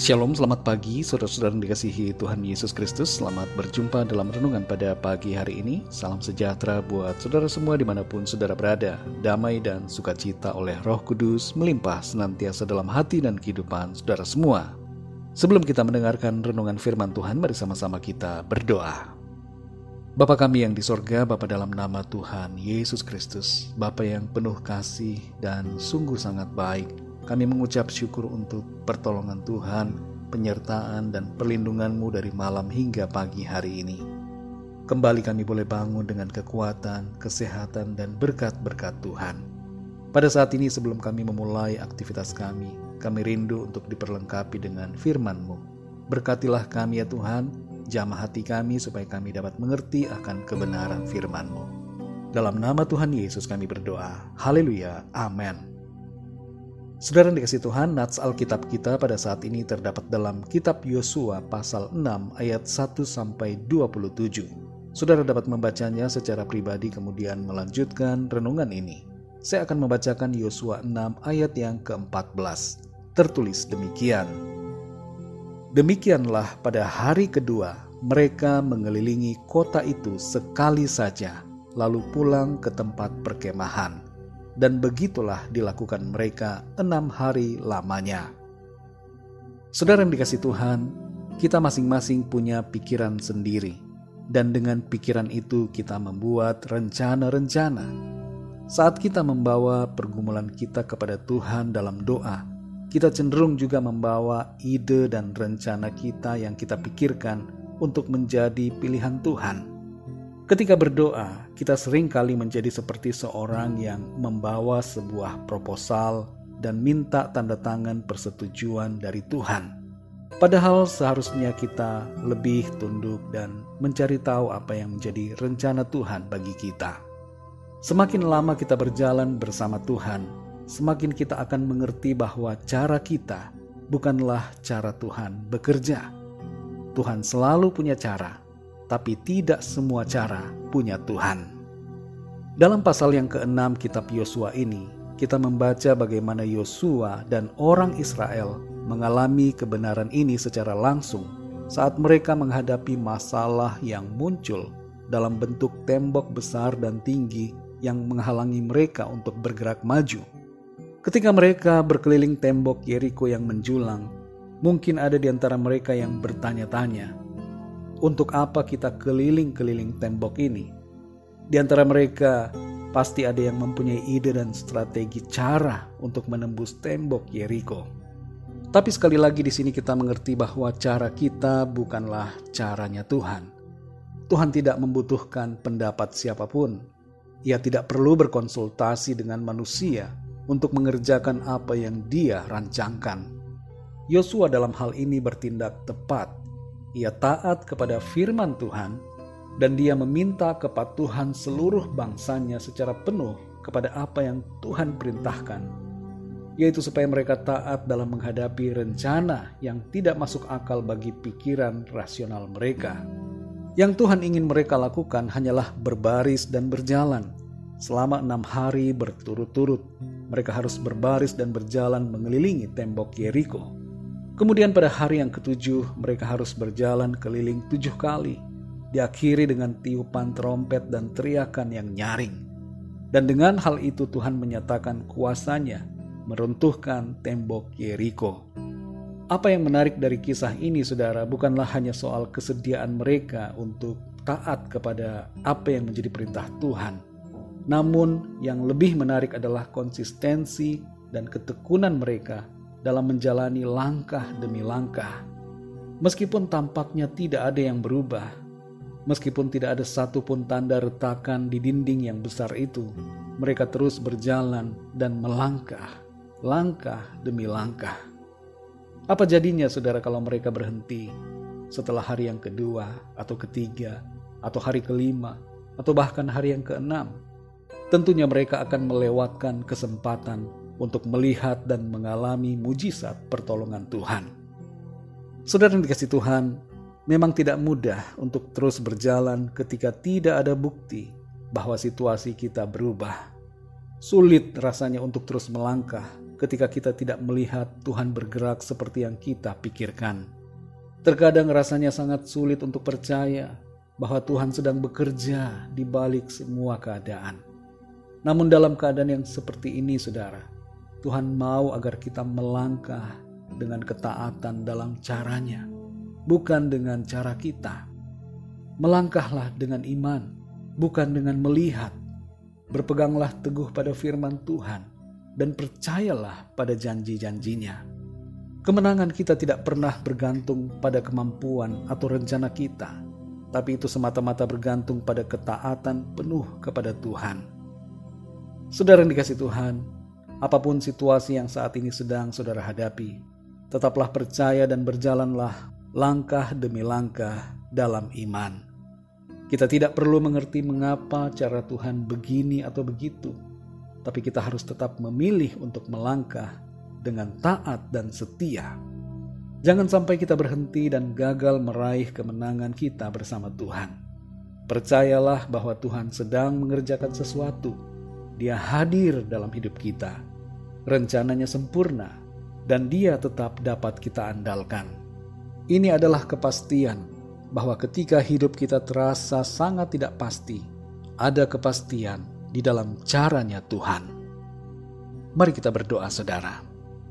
Shalom, selamat pagi saudara-saudara yang dikasihi Tuhan Yesus Kristus. Selamat berjumpa dalam renungan pada pagi hari ini. Salam sejahtera buat saudara semua dimanapun saudara berada. Damai dan sukacita oleh Roh Kudus melimpah senantiasa dalam hati dan kehidupan saudara semua. Sebelum kita mendengarkan renungan firman Tuhan, mari sama-sama kita berdoa. Bapa kami yang di sorga, Bapa dalam nama Tuhan Yesus Kristus, Bapa yang penuh kasih dan sungguh sangat baik, kami mengucap syukur untuk pertolongan Tuhan, penyertaan dan perlindungan-Mu dari malam hingga pagi hari ini. Kembali kami boleh bangun dengan kekuatan, kesehatan dan berkat-berkat Tuhan. Pada saat ini sebelum kami memulai aktivitas kami rindu untuk diperlengkapi dengan firman-Mu. Berkatilah kami ya Tuhan, jamah hati kami supaya kami dapat mengerti akan kebenaran firman-Mu. Dalam nama Tuhan Yesus kami berdoa. Haleluya. Amin. Saudara yang dikasihi Tuhan, nats Alkitab kita pada saat ini terdapat dalam kitab Yosua pasal 6 ayat 1-27. Saudara dapat membacanya secara pribadi kemudian melanjutkan renungan ini. Saya akan membacakan Yosua 6 ayat yang ke-14. Tertulis demikian. Demikianlah pada hari kedua mereka mengelilingi kota itu sekali saja, lalu pulang ke tempat perkemahan. Dan begitulah dilakukan mereka 6 hari lamanya. Saudara yang dikasihi Tuhan, kita masing-masing punya pikiran sendiri. Dan dengan pikiran itu kita membuat rencana-rencana. Saat kita membawa pergumulan kita kepada Tuhan dalam doa, kita cenderung juga membawa ide dan rencana kita yang kita pikirkan untuk menjadi pilihan Tuhan. Ketika berdoa, kita sering kali menjadi seperti seorang yang membawa sebuah proposal dan minta tanda tangan persetujuan dari Tuhan. Padahal seharusnya kita lebih tunduk dan mencari tahu apa yang menjadi rencana Tuhan bagi kita. Semakin lama kita berjalan bersama Tuhan, semakin kita akan mengerti bahwa cara kita bukanlah cara Tuhan bekerja. Tuhan selalu punya cara, tapi tidak semua cara punya Tuhan. Dalam pasal yang ke-6 kitab Yosua ini, kita membaca bagaimana Yosua dan orang Israel mengalami kebenaran ini secara langsung saat mereka menghadapi masalah yang muncul dalam bentuk tembok besar dan tinggi yang menghalangi mereka untuk bergerak maju. Ketika mereka berkeliling tembok Yeriko yang menjulang, mungkin ada di antara mereka yang bertanya-tanya, untuk apa kita keliling-keliling tembok ini? Di antara mereka pasti ada yang mempunyai ide dan strategi cara untuk menembus tembok Yeriko. Tapi sekali lagi di sini kita mengerti bahwa cara kita bukanlah caranya Tuhan. Tuhan tidak membutuhkan pendapat siapapun. Ia tidak perlu berkonsultasi dengan manusia untuk mengerjakan apa yang Dia rancangkan. Yosua dalam hal ini bertindak tepat. Ia taat kepada firman Tuhan dan dia meminta kepatuhan seluruh bangsanya secara penuh kepada apa yang Tuhan perintahkan, yaitu supaya mereka taat dalam menghadapi rencana yang tidak masuk akal bagi pikiran rasional mereka. Yang Tuhan ingin mereka lakukan hanyalah berbaris dan berjalan. Selama 6 hari berturut-turut, mereka harus berbaris dan berjalan mengelilingi tembok Yeriko. Kemudian pada hari yang ke-7 mereka harus berjalan keliling 7 kali. Diakhiri dengan tiupan trompet dan teriakan yang nyaring. Dan dengan hal itu Tuhan menyatakan kuasanya meruntuhkan tembok Yeriko. Apa yang menarik dari kisah ini saudara bukanlah hanya soal kesediaan mereka untuk taat kepada apa yang menjadi perintah Tuhan. Namun yang lebih menarik adalah konsistensi dan ketekunan mereka dalam menjalani langkah demi langkah. Meskipun tampaknya tidak ada yang berubah, meskipun tidak ada satupun tanda retakan di dinding yang besar itu, mereka terus berjalan dan melangkah, langkah demi langkah. Apa jadinya saudara kalau mereka berhenti setelah hari yang kedua atau ketiga atau hari kelima atau bahkan hari yang keenam? Tentunya mereka akan melewatkan kesempatan untuk melihat dan mengalami mujizat pertolongan Tuhan. Saudara yang dikasihi Tuhan, memang tidak mudah untuk terus berjalan ketika tidak ada bukti bahwa situasi kita berubah. Sulit rasanya untuk terus melangkah ketika kita tidak melihat Tuhan bergerak seperti yang kita pikirkan. Terkadang rasanya sangat sulit untuk percaya bahwa Tuhan sedang bekerja di balik semua keadaan. Namun dalam keadaan yang seperti ini, saudara, Tuhan mau agar kita melangkah dengan ketaatan dalam caranya, bukan dengan cara kita. Melangkahlah dengan iman, bukan dengan melihat. Berpeganglah teguh pada firman Tuhan dan percayalah pada janji-janjinya. Kemenangan kita tidak pernah bergantung pada kemampuan atau rencana kita, tapi itu semata-mata bergantung pada ketaatan penuh kepada Tuhan. Saudara yang dikasihi Tuhan, apapun situasi yang saat ini sedang saudara hadapi, tetaplah percaya dan berjalanlah langkah demi langkah dalam iman. Kita tidak perlu mengerti mengapa cara Tuhan begini atau begitu, tapi kita harus tetap memilih untuk melangkah dengan taat dan setia. Jangan sampai kita berhenti dan gagal meraih kemenangan kita bersama Tuhan. Percayalah bahwa Tuhan sedang mengerjakan sesuatu. Dia hadir dalam hidup kita. Rencananya sempurna dan Dia tetap dapat kita andalkan. Ini adalah kepastian bahwa ketika hidup kita terasa sangat tidak pasti, ada kepastian di dalam caranya Tuhan. Mari kita berdoa, saudara.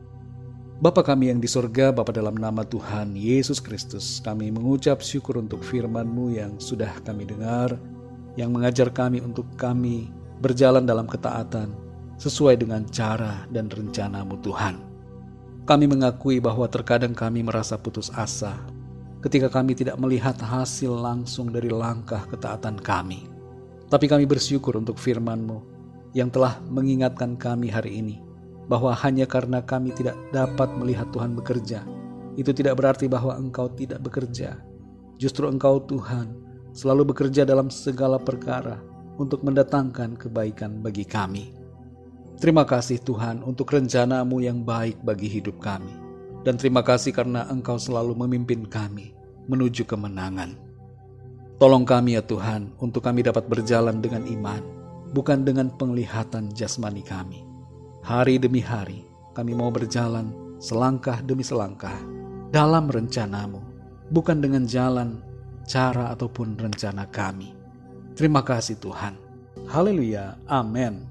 Bapa kami yang di surga, Bapa, dalam nama Tuhan Yesus Kristus, kami mengucap syukur untuk firman-Mu yang sudah kami dengar, yang mengajar kami untuk kami berjalan dalam ketaatan sesuai dengan cara dan rencana-Mu, Tuhan. Kami mengakui bahwa terkadang kami merasa putus asa ketika kami tidak melihat hasil langsung dari langkah ketaatan kami. Tapi kami bersyukur untuk firman-Mu yang telah mengingatkan kami hari ini, bahwa hanya karena kami tidak dapat melihat Tuhan bekerja, itu tidak berarti bahwa Engkau tidak bekerja. Justru Engkau, Tuhan, selalu bekerja dalam segala perkara untuk mendatangkan kebaikan bagi kami. Terima kasih Tuhan untuk rencana-Mu yang baik bagi hidup kami. Dan terima kasih karena Engkau selalu memimpin kami menuju kemenangan. Tolong kami ya Tuhan, untuk kami dapat berjalan dengan iman, bukan dengan penglihatan jasmani kami. Hari demi hari, kami mau berjalan selangkah demi selangkah dalam rencana-Mu, bukan dengan jalan, cara ataupun rencana kami. Terima kasih Tuhan. Haleluya. Amin.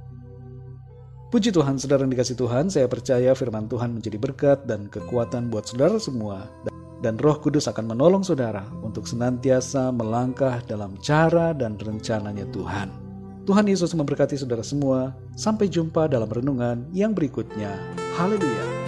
Puji Tuhan, saudara yang dikasihi Tuhan, saya percaya firman Tuhan menjadi berkat dan kekuatan buat saudara semua, dan Roh Kudus akan menolong saudara untuk senantiasa melangkah dalam cara dan rencananya Tuhan. Tuhan Yesus memberkati saudara semua. Sampai jumpa dalam renungan yang berikutnya. Haleluya.